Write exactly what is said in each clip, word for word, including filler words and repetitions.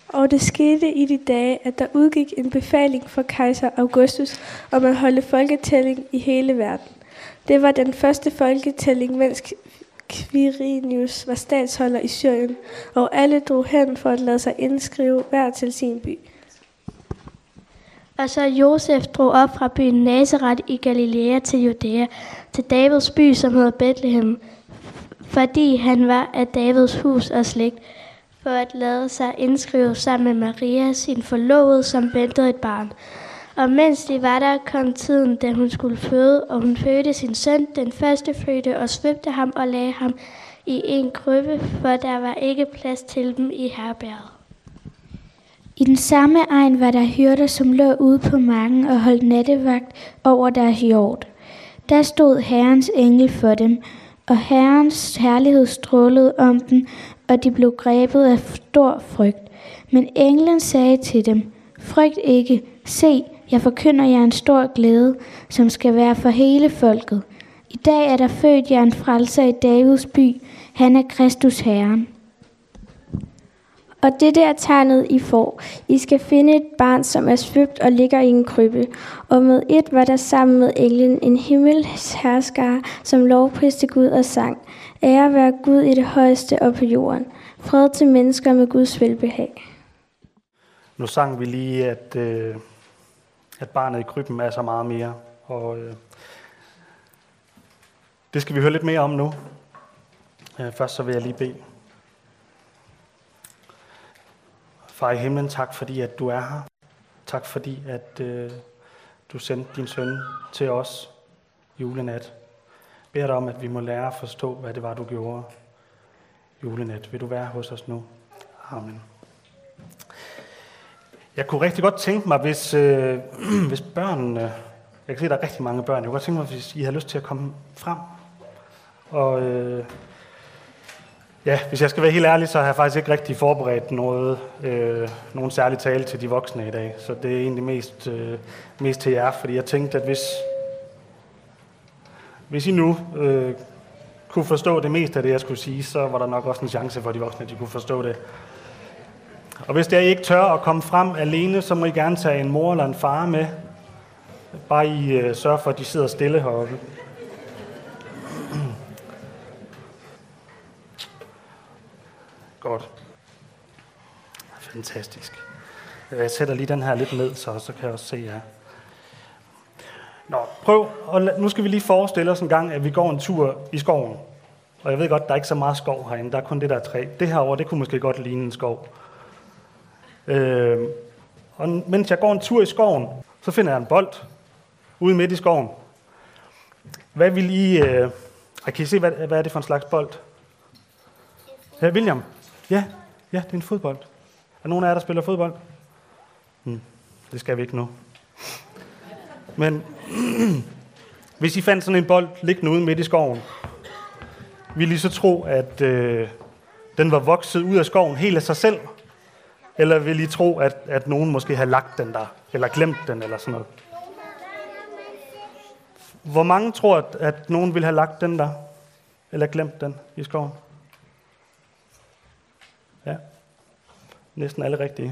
Og det skete i de dage, at der udgik en befaling fra kejser Augustus om at holde folketælling i hele verden. Det var den første folketælling, mens Quirinius var statsholder i Syrien, og alle drog hen for at lade sig indskrive hver til sin by. Og så Josef drog op fra byen Nazaret i Galilea til Judæa, til Davids by, som hedder Bethlehem, fordi han var af Davids hus og slægt, for at lade sig indskrive sammen med Maria, sin forlovede, som ventede et barn. Og mens de var der, kom tiden, da hun skulle føde, og hun fødte sin søn, den første fødte, og svøbte ham og lagde ham i en krybbe, for der var ikke plads til dem i herberget. I den samme egn var der hyrder, som lå ude på marken og holdt nattevagt over deres hjord. Der stod Herrens engel for dem, og Herrens herlighed strålede om dem, og de blev grebet af stor frygt. Men englen sagde til dem, frygt ikke, se, jeg forkynder jer en stor glæde, som skal være for hele folket. I dag er der født jer en frelser i Davids by, han er Kristus Herren. Og det der tegnet I får, I skal finde et barn, som er svøbt og ligger i en krybbe. Og med et var der sammen med englen en himmels herskare, som lovpriste Gud og sang. Ære være Gud i det højeste og på jorden. Fred til mennesker med Guds velbehag. Nu sang vi lige, at, øh, at barnet i krybben er så meget mere. Og øh, det skal vi høre lidt mere om nu. Øh, først så vil jeg lige bede. Far i himlen, tak fordi, at du er her. Tak fordi, at øh, du sendte din søn til os julenat. Jeg beder dig om, at vi må lære at forstå, hvad det var, du gjorde julenat. Vil du være hos os nu? Amen. Jeg kunne rigtig godt tænke mig, hvis, øh, hvis børnene... Jeg kan se, at der er rigtig mange børn. Jeg kunne godt tænke mig, hvis I har lyst til at komme frem. Og... Øh, Ja, hvis jeg skal være helt ærlig, så har jeg faktisk ikke rigtig forberedt noget, øh, nogen særlig tale til de voksne i dag. Så det er egentlig mest, øh, mest til jer, fordi jeg tænkte, at hvis, hvis I nu øh, kunne forstå det meste af det, jeg skulle sige, så var der nok også en chance for de voksne, at de kunne forstå det. Og hvis der I ikke tør at komme frem alene, så må I gerne tage en mor eller en far med. Bare I øh, sørger for, at de sidder stille heroppe. Godt. Fantastisk. Jeg sætter lige den her lidt ned, så, så kan jeg også se jer. Nå, prøv. Og nu skal vi lige forestille os en gang, at vi går en tur i skoven. Og jeg ved godt, der er ikke så meget skov herinde. Der er kun det der træ. Det herovre, det kunne måske godt ligne en skov. Øh, og mens jeg går en tur i skoven, så finder jeg en bold ude midt i skoven. Hvad vil I... Øh, kan I se, hvad, hvad er det for en slags bold? Ja, William. Ja, ja, det er en fodbold. Er nogen af jer, der spiller fodbold? Hmm, det skal vi ikke nu. Men hvis I fandt sådan en bold liggende ude midt i skoven, ville I så tro, at øh, den var vokset ud af skoven helt af sig selv? Eller ville I tro, at, at nogen måske har lagt den der, eller glemt den, eller sådan noget? Hvor mange tror, at, at nogen ville have lagt den der, eller glemt den i skoven? Ja, næsten alle rigtige.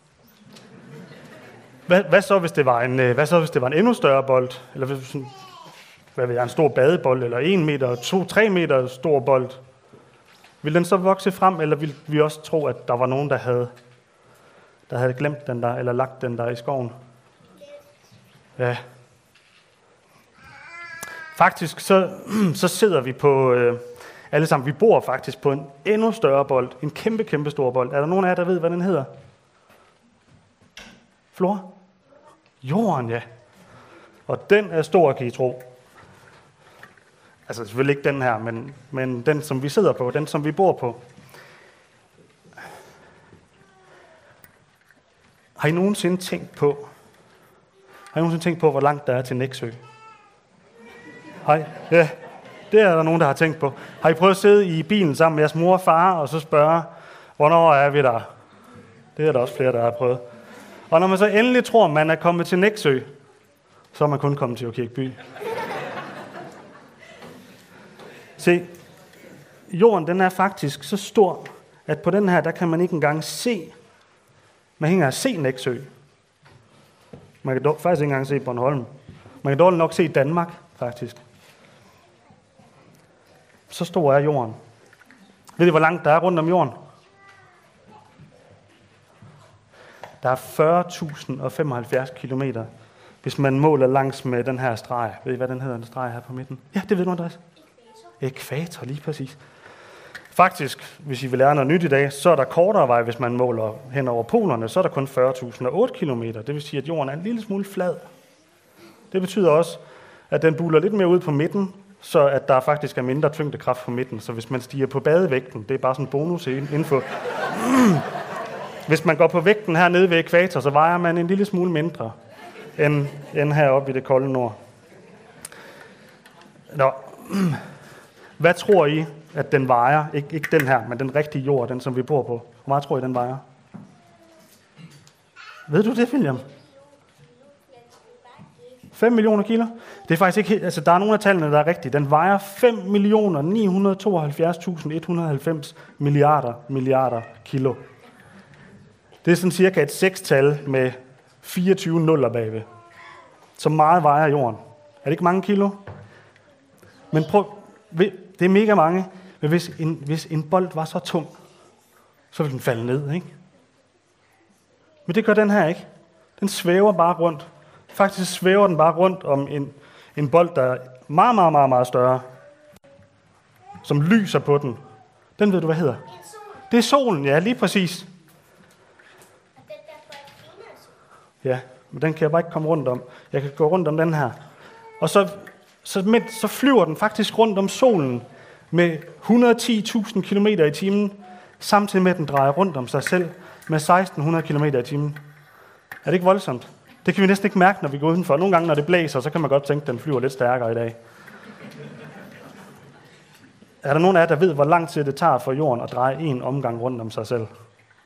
Hvad, hvad så hvis det var en, hvad så hvis det var en endnu større bold, eller sådan, hvad ved jeg, en stor badebold eller en meter, to, tre meter stor bold? Vil den så vokse frem, eller vil vi også tro, at der var nogen, der havde, der havde glemt den der eller lagt den der i skoven? Ja. Faktisk så, så sidder vi på øh, alle sammen. Vi bor faktisk på en endnu større bold, en kæmpe, kæmpe stor bold. Er der nogen af jer, der ved, hvad den hedder? Flor? Jorden, ja. Og den er stor, kan I tro. Altså selvfølgelig ikke den her, men, men den, som vi sidder på, den, som vi bor på. Har I nogensinde tænkt på, har I nogensinde tænkt på, hvor langt der er til Nexø? Hej. Ja, det er der nogen, der har tænkt på. Har I prøvet at sidde i bilen sammen med jeres mor og far, og så spørge, hvornår er vi der? Det er der også flere, der har prøvet. Og når man så endelig tror, man er kommet til Nexø, så er man kun kommet til Aakirkeby. Se, jorden den er faktisk så stor, at på den her, der kan man ikke engang se Man hænger at se Nexø. Man kan dog, faktisk ikke engang se Bornholm. Man kan dårligt nok se Danmark, faktisk. Så stor er jorden. Ved I, hvor langt der er rundt om jorden? Der er fyrre tusind og femoghalvfjerds kilometer, hvis man måler langs med den her streg. Ved I, hvad den hedder, den streg her på midten? Ja, det ved du, Andreas. Ækvator, lige præcis. Faktisk, hvis I vil lære noget nyt i dag, så er der kortere vej, hvis man måler hen over polerne, så er der kun fyrre tusind og otte kilometer. Det vil sige, at jorden er en lille smule flad. Det betyder også, at den buler lidt mere ud på midten, så at der faktisk er mindre tyngdekraft på midten. Så hvis man stiger på badevægten, det er bare sådan en bonus info. Hvis man går på vægten her nede ved ækvator, så vejer man en lille smule mindre end, end heroppe i det kolde nord. Nå. Hvad tror I, at den vejer? Ik- ikke den her, men den rigtige jord, den som vi bor på. Hvor meget tror I, den vejer? Ved du det, William? fem millioner kilo? Det er faktisk ikke helt, altså der er nogle af tallene, der er rigtige. Den vejer fem millioner ni hundrede tooghalvfjerds tusind et hundrede og halvfems milliarder milliarder kilo. Det er sådan cirka et sekstal med fireogtyve nuller bagved. Så meget vejer jorden. Er det ikke mange kilo? Men prøv, det er mega mange. Men hvis en, hvis en bold var så tung, så ville den falde ned, ikke? Men det gør den her ikke. Den svæver bare rundt. Faktisk svæver den bare rundt om en, en bold, der er meget, meget, meget, meget større. Som lyser på den. Den ved du, hvad hedder? Det er solen, ja, lige præcis. Ja, men den kan jeg bare ikke komme rundt om. Jeg kan gå rundt om den her. Og så, så, med, så flyver den faktisk rundt om solen med et hundrede og ti tusind kilometer i timen, samtidig med, at den drejer rundt om sig selv med seksten hundrede kilometer i timen. Er det ikke voldsomt? Det kan vi næsten ikke mærke, når vi går udenfor. Nogle gange, når det blæser, så kan man godt tænke, at den flyver lidt stærkere i dag. Er der nogen af jer, der ved, hvor lang tid det tager for jorden at dreje en omgang rundt om sig selv? Jeg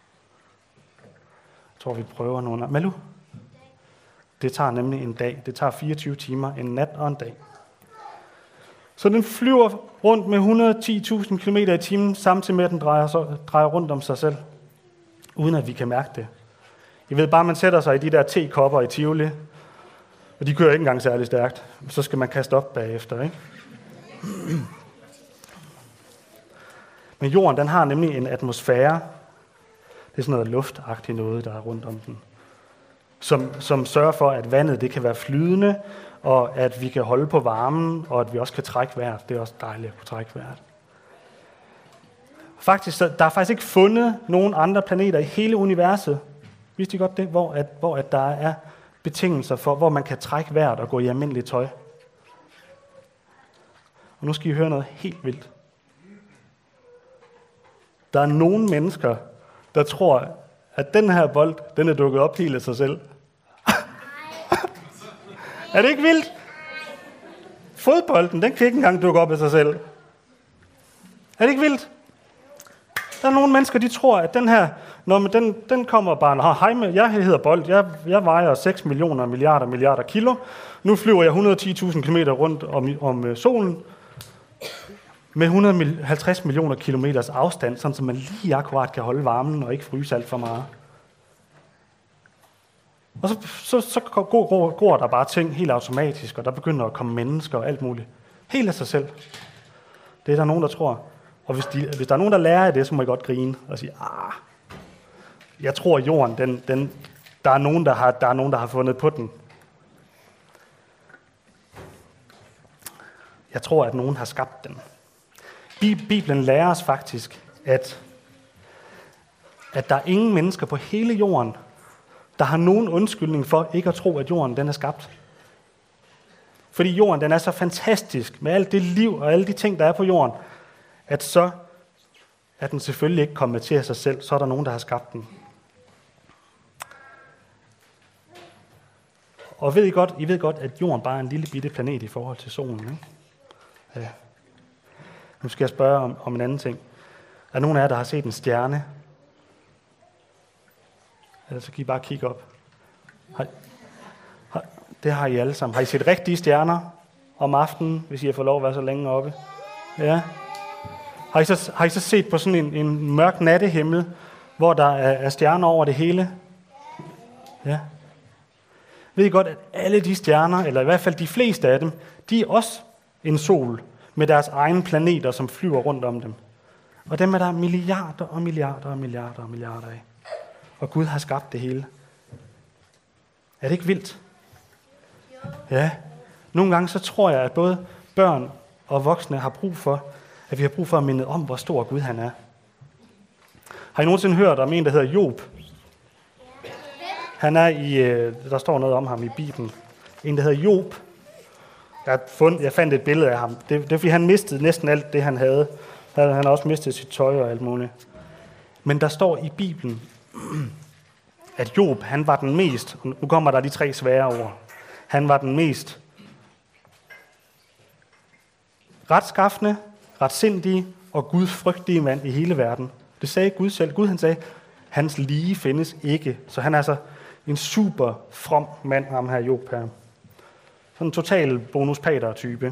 tror, vi prøver nogle. Malu? Det tager nemlig en dag. Det tager fireogtyve timer, en nat og en dag. Så den flyver rundt med et hundrede og ti tusind kilometer i timen, samtidig med, at den drejer, så, drejer rundt om sig selv, uden at vi kan mærke det. Jeg ved bare, man sætter sig i de der tekopper i Tivoli, og de kører ikke engang særlig stærkt. Så skal man kaste op bagefter, ikke? Men jorden, den har nemlig en atmosfære. Det er sådan noget luftagtigt noget, der er rundt om den. Som, som sørger for, at vandet det kan være flydende, og at vi kan holde på varmen, og at vi også kan trække vejret. Det er også dejligt at kunne trække vejret. Faktisk, der er faktisk ikke fundet nogen andre planeter i hele universet, vidste I godt det, hvor, at, hvor at der er betingelser for, hvor man kan trække vejret og gå i almindeligt tøj. Og nu skal I høre noget helt vildt. Der er nogle mennesker, der tror, at den her bold, den er dukket op helt af sig selv. Er det ikke vildt? Fodbolden, den kan ikke engang dukke op af sig selv. Er det ikke vildt? Der er nogle mennesker, de tror, at den her, når man, den, den kommer bare, hej med, jeg hedder Bold, jeg, jeg vejer seks millioner milliarder milliarder kilo. Nu flyver jeg et hundrede og ti tusind kilometer rundt om, om solen med et hundrede og halvtreds millioner kilometers afstand, sådan så man lige akkurat kan holde varmen og ikke fryse alt for meget. Og så, så, så går, går der bare ting helt automatisk, og der begynder at komme mennesker og alt muligt. Helt af sig selv. Det er der nogen, der tror. Og hvis, de, hvis der er nogen, der lærer af det, så må I godt grine og sige, ah, jeg tror, jorden, den, den, der, er nogen, der, har, der er nogen, der har fundet på den. Jeg tror, at nogen har skabt den. Bibelen lærer os faktisk, at, at der er ingen mennesker på hele jorden, der har nogen undskyldning for ikke at tro, at jorden den er skabt. Fordi jorden den er så fantastisk med alt det liv og alle de ting, der er på jorden, at så er den selvfølgelig ikke kommet til af sig selv, så er der nogen, der har skabt den. Og ved I, godt, I ved godt, at jorden bare er en lille bitte planet i forhold til solen. Ikke? Ja. Nu skal jeg spørge om, om en anden ting. Er der nogen af jer, der har set en stjerne? Ellers så kan I bare kigge op. Har, har, det har I alle sammen. Har I set rigtige stjerner om aftenen, hvis I har fået lov at være så længe oppe? Ja. Har I så, har I så set på sådan en, en mørk nattehimmel, hvor der er, er stjerner over det hele? Ja. Ved I godt, at alle de stjerner, eller i hvert fald de fleste af dem, de er også en sol med deres egne planeter, som flyver rundt om dem. Og dem er der milliarder og milliarder og milliarder og milliarder af. Og Gud har skabt det hele. Er det ikke vildt? Ja. Nogle gange så tror jeg, at både børn og voksne har brug for, at vi har brug for at minde om, hvor stor Gud han er. Har I nogensinde hørt om en, der hedder Job? Han er i, der står noget om ham i Bibelen. En, der hedder Job. Jeg, fund, jeg fandt et billede af ham. Det, det er, fordi han mistede næsten alt det, han havde. Han har også mistet sit tøj og alt muligt. Men der står i Bibelen, at Job, han var den mest, nu kommer der de tre svære ord, han var den mest retskaffende, retsindige og gudfrygtige mand i hele verden. Det sagde Gud selv. Gud han sagde, hans lige findes ikke. Så han er altså en super from mand, ham her Job her. Sådan en total bonus-pater-type.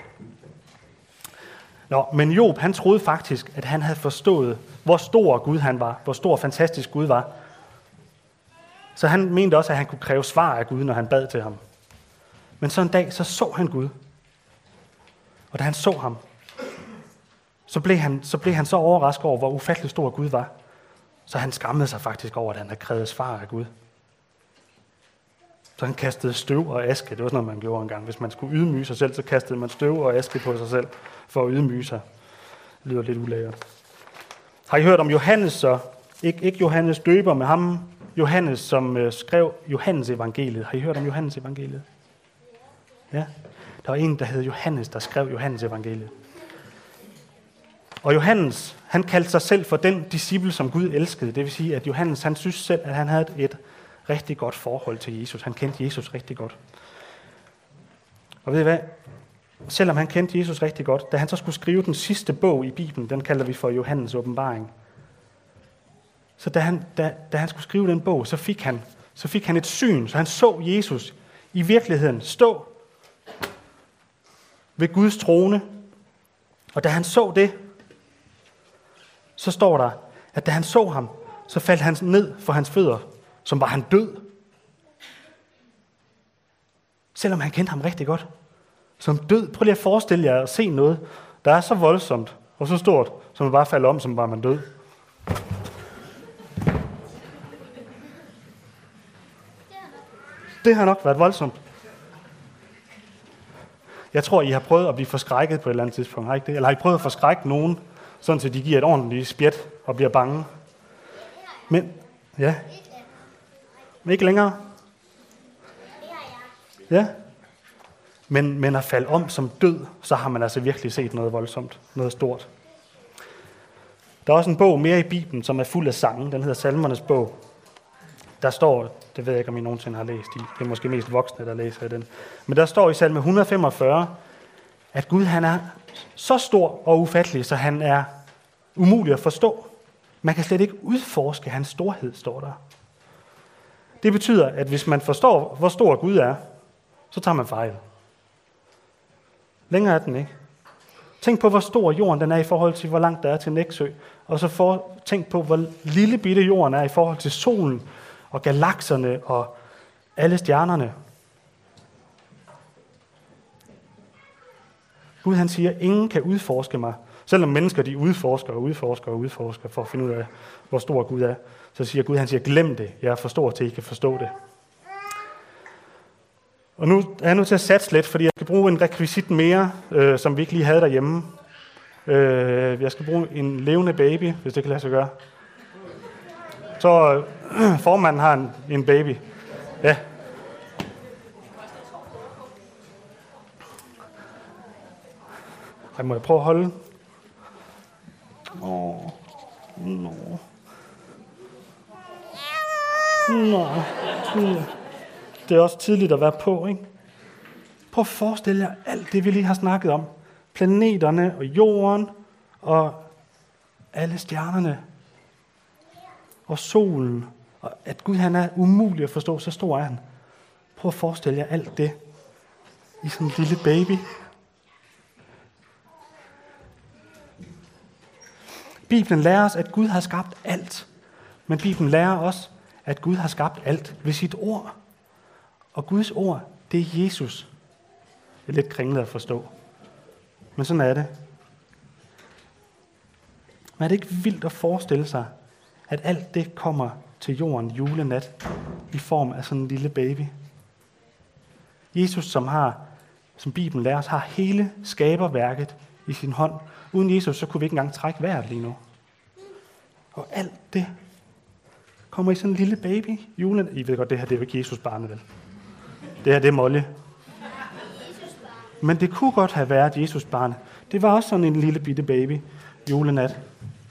Nå, men Job, han troede faktisk, at han havde forstået, hvor stor Gud han var, hvor stor fantastisk Gud var. Så han mente også, at han kunne kræve svar af Gud, når han bad til ham. Men så en dag, så så han Gud. Og da han så ham, så blev han så, blev han så overrasket over, hvor ufattelig stor Gud var. Så han skammede sig faktisk over, at han havde krævet svar af Gud. Så han kastede støv og aske. Det var sådan noget, man gjorde engang. Hvis man skulle ydmyge sig selv, så kastede man støv og aske på sig selv, for at ydmyge sig. Det lyder lidt ulækkert. Har I hørt om Johannes så? Ik- ikke Johannes døber, med ham. Johannes, som øh, skrev Johannes evangeliet. Har I hørt om Johannes evangeliet? Ja. Der var en, der hed Johannes, der skrev Johannes evangeliet. Og Johannes, han kaldte sig selv for den disciple, som Gud elskede. Det vil sige, at Johannes, han synes selv, at han havde et rigtig godt forhold til Jesus. Han kendte Jesus rigtig godt. Og ved I hvad? Selvom han kendte Jesus rigtig godt, da han så skulle skrive den sidste bog i Bibelen, den kalder vi for Johannes åbenbaring. Så da han, da, da han skulle skrive den bog, så fik, han, så fik han et syn, så han så Jesus i virkeligheden stå ved Guds trone. Og da han så det, så står der, at da han så ham, så faldt han ned for hans fødder, som var han død. Selvom han kendte ham rigtig godt. Som død. Prøv lige at forestille jer at se noget, der er så voldsomt og så stort, som man bare falder om, som var man død. Det har nok været voldsomt. Jeg tror, I har prøvet at blive forskrækket på et eller andet tidspunkt, har I ikke det? Eller har I prøvet at forskrække nogen, sådan så de giver et ordentligt spjæt og bliver bange? Men, ja. Men ikke længere? Ja. Men, men at falde om som død, så har man altså virkelig set noget voldsomt, noget stort. Der er også en bog mere i Bibelen, som er fuld af sange. Den hedder Salmernes bog. Der står, det ved jeg ikke, om I nogensinde har læst i, det er måske mest voksne, der læser den. Men der står i salme et hundrede femogfyrre, at Gud han er så stor og ufattelig, så han er umulig at forstå. Man kan slet ikke udforske hans storhed, står der. Det betyder, at hvis man forstår, hvor stor Gud er, så tager man fejl. Længere er den ikke. Tænk på, hvor stor jorden den er i forhold til, hvor langt der er til Nexø. Og så for, tænk på, hvor lille bitte jorden er i forhold til solen og galakserne og alle stjernerne. Gud han siger, ingen kan udforske mig. Selvom mennesker de udforsker og udforsker og udforsker for at finde ud af, hvor stor Gud er. Så siger Gud, han siger, glem det. Jeg forstår til, I kan forstå det. Og nu er jeg nødt til at satse lidt, fordi jeg skal bruge en rekvisit mere, øh, som vi ikke lige havde derhjemme. Øh, jeg skal bruge en levende baby, hvis det kan lade sig gøre. Så øh, formanden har en, en baby. Ja. Ej, må jeg prøve at holde? Åh, nå. Nå. Det er også tidligt at være på, ikke? Prøv at forestille jer alt det, vi lige har snakket om. Planeterne og jorden og alle stjernerne og solen. Og at Gud han er umulig at forstå, så stor er han. Prøv at forestille jer alt det i sådan en lille baby. Bibelen lærer os, at Gud har skabt alt. Men Bibelen lærer os, at Gud har skabt alt ved sit ord. Og Guds ord, det er Jesus. Det er lidt kringlet at forstå. Men sådan er det. Men er det ikke vildt at forestille sig, at alt det kommer til jorden julenat i form af sådan en lille baby? Jesus, som har, som Bibelen lærer os, har hele skaberværket i sin hånd. Uden Jesus, så kunne vi ikke engang trække vejret lige nu. Og alt det kommer i sådan en lille baby julenat. I ved godt, det her det er jo ikke Jesus barnet, vel? Det her det er Molly. Men det kunne godt have været Jesus barnet. Det var også sådan en lille bitte baby julenat.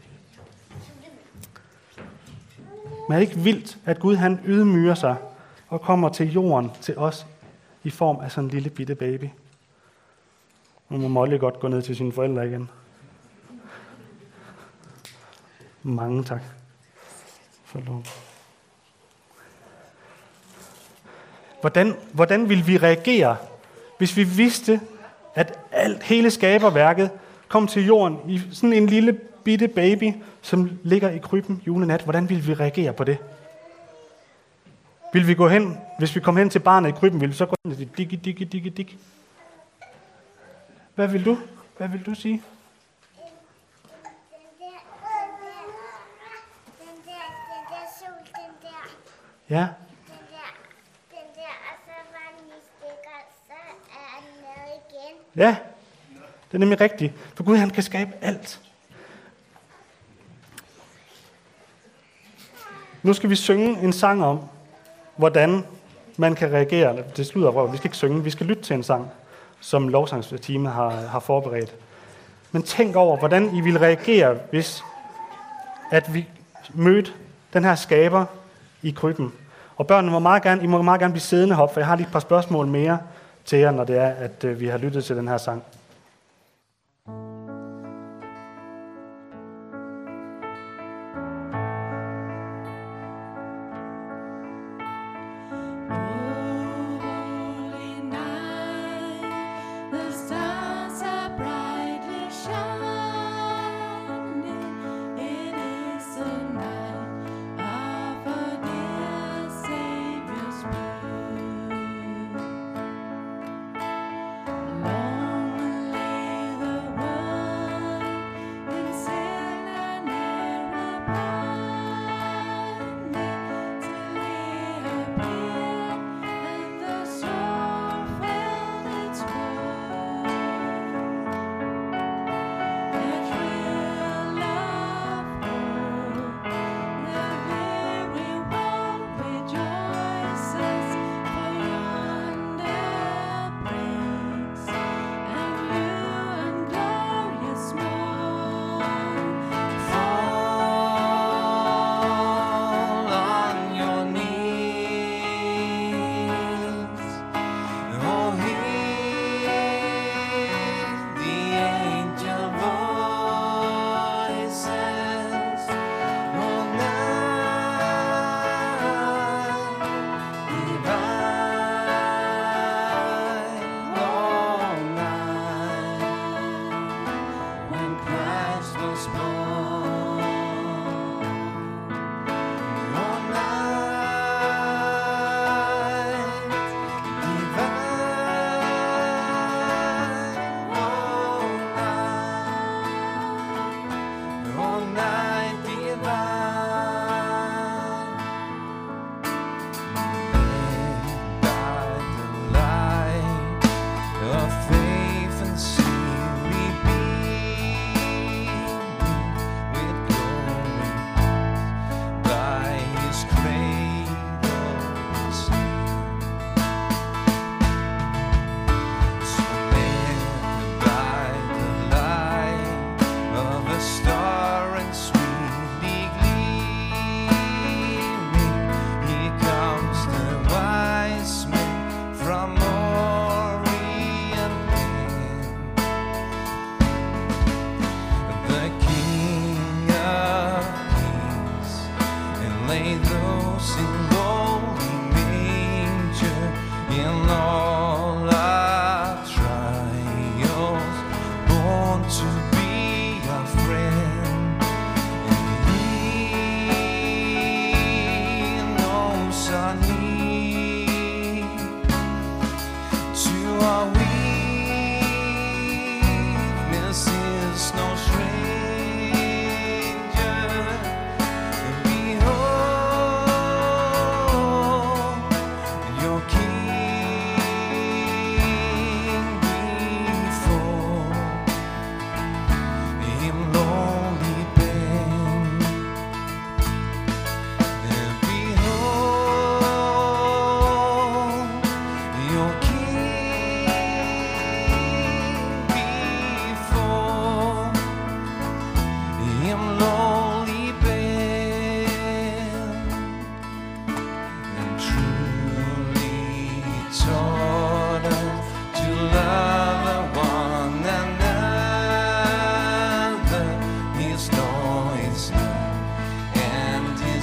Men er det ikke vildt, at Gud han ydmyger sig og kommer til jorden til os i form af sådan en lille bitte baby? Nu må Molly godt gå ned til sine forældre igen. Mange tak for lov. Hvordan, hvordan ville vi reagere, hvis vi vidste, at alt, hele skaberværket kom til jorden i sådan en lille bitte baby, som ligger i krybben julenat? Hvordan ville vi reagere på det? Vil vi gå hen, hvis vi kom hen til barnet i krybben, ville vi så gå hen og sige, digge, digge, digge, digge. Hvad vil du? Hvad vil du sige? Ja. Den der, den der, og så var den i stykker, så er den nede igen. Ja, det er nemlig rigtigt. For Gud, han kan skabe alt. Nu skal vi synge en sang om, hvordan man kan reagere. Det slutter røv. Vi skal ikke synge, vi skal lytte til en sang, som lovsangsteamet har, har forberedt. Men tænk over, hvordan I ville reagere, hvis at vi mødte den her skaber i krybben. Og børnene må meget gerne, I må meget gerne blive siddende heroppe, for jeg har lige et par spørgsmål mere til jer, når det er, at øh, vi har lyttet til den her sang.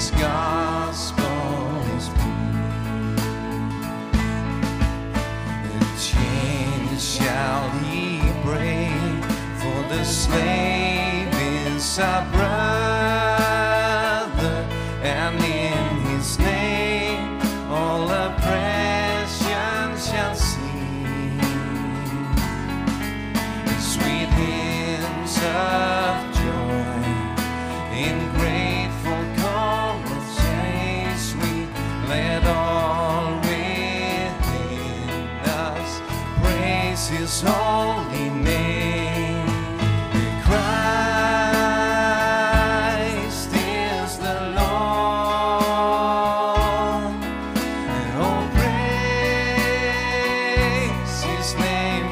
His gospel is peace. The chains shall He break, for the slave is our brother, and in His name all oppression shall cease. Sweet hymns of joy in grateful chorus chase we, let all within us praise His holy name. Christ is the Lord, and oh praise His name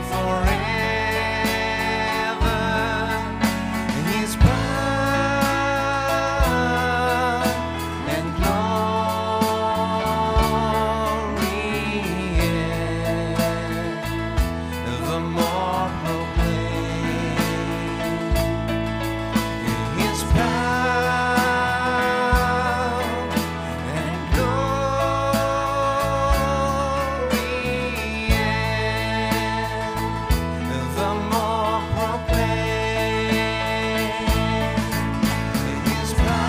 forever. And His power and glory ever more proclaim. His power and glory ever more proclaim. His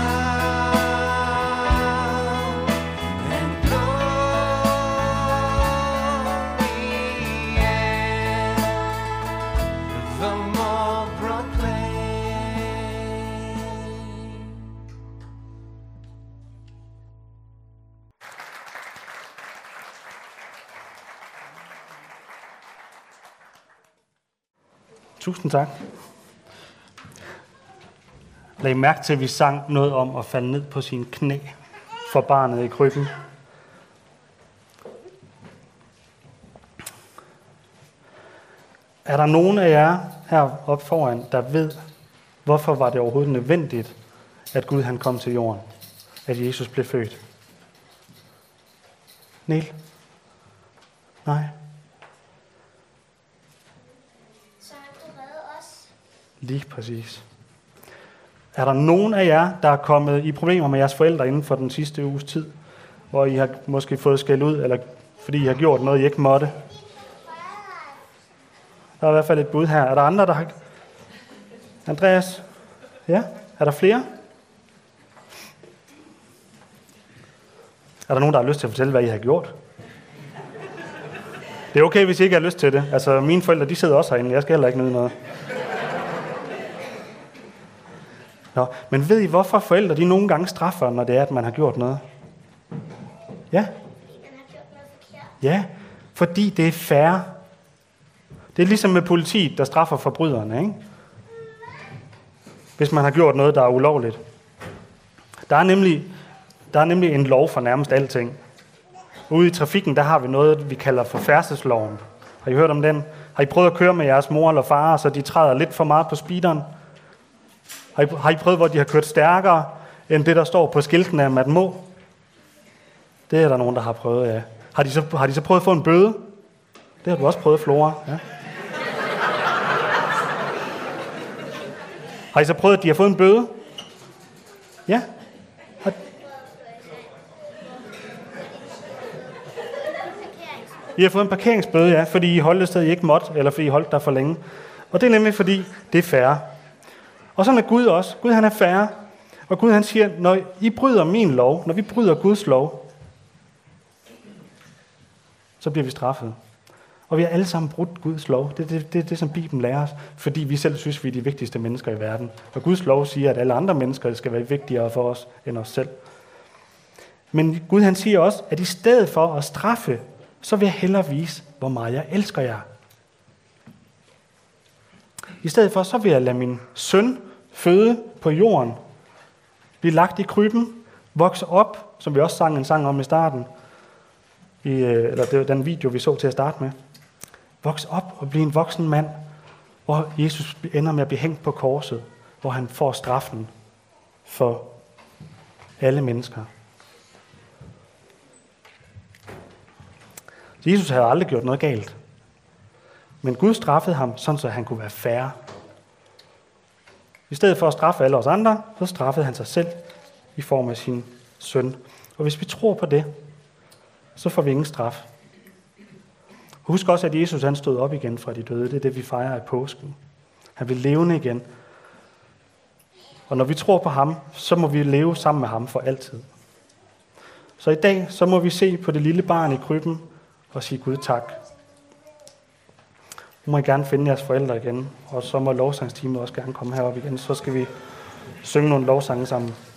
power and glory ever more proclaim. Tusind tak. Læg mærke til, at vi sang noget om at falde ned på sine knæ for barnet i krybben. Er der nogen af jer heroppe foran, der ved, hvorfor var det overhovedet nødvendigt, at Gud han kom til jorden? At Jesus blev født? Niel? Nej? Så han kunne redde os. Lige præcis. Er der nogen af jer, der er kommet i problemer med jeres forældre inden for den sidste uges tid, hvor I har måske fået skæld ud, eller fordi I har gjort noget, I ikke måtte? Der er i hvert fald et bud her. Er der andre, der har... Andreas? Ja? Er der flere? Er der nogen, der har lyst til at fortælle, hvad I har gjort? Det er okay, hvis I ikke har lyst til det. Altså, mine forældre, de sidder også herinde. Jeg skal heller ikke nyde noget. Nå, men ved I, hvorfor forældre de nogle gange straffer, når det er, at man har gjort noget? Ja? Han har gjort noget forkert. Ja, fordi det er fair. Det er ligesom med politiet, der straffer forbryderne, ikke? Hvis man har gjort noget, der er ulovligt. Der er nemlig, der er nemlig en lov for nærmest alting. Ude i trafikken, der har vi noget, vi kalder for færdselsloven. Har I hørt om den? Har I prøvet at køre med jeres mor eller far, så de træder lidt for meget på speederen? Har I, har I prøvet, hvor de har kørt stærkere, end det, der står på skiltene, at man må? Det er der nogen, der har prøvet, ja. Har de så, har de så prøvet at få en bøde? Det har du også prøvet, Flora. Ja. Har I så prøvet, at de har fået en bøde? Ja. Har... I har fået en parkeringsbøde, ja, fordi I holdt et sted, I ikke måtte, eller fordi I holdt der for længe. Og det er nemlig, fordi det er fair. Og sådan er Gud også. Gud, han er fair. Og Gud, han siger, når I bryder min lov, når vi bryder Guds lov, så bliver vi straffet. Og vi har alle sammen brudt Guds lov. Det er det, det, det, som Bibelen lærer os, fordi vi selv synes, vi er de vigtigste mennesker i verden. Og Guds lov siger, at alle andre mennesker skal være vigtigere for os end os selv. Men Gud, han siger også, at i stedet for at straffe, så vil jeg hellere vise, hvor meget jeg elsker jer. I stedet for, så vil jeg lade min søn føde på jorden, blive lagt i krybben, vokse op, som vi også sang en sang om i starten, i, eller det var den video, vi så til at starte med. Vokse op og blive en voksen mand, hvor Jesus ender med at blive hængt på korset, hvor han får straffen for alle mennesker. Jesus havde aldrig gjort noget galt. Men Gud straffede ham, sådan så han kunne være fair. I stedet for at straffe alle os andre, så straffede han sig selv i form af sin søn. Og hvis vi tror på det, så får vi ingen straf. Husk også, at Jesus han stod op igen fra de døde. Det er det, vi fejrer i påsken. Han vil levende igen. Og når vi tror på ham, så må vi leve sammen med ham for altid. Så i dag, så må vi se på det lille barn i krybben og sige Gud tak. Nu må I gerne finde jeres forældre igen, og så må lovsangsteamet også gerne komme herop igen. Så skal vi synge nogle lovsange sammen.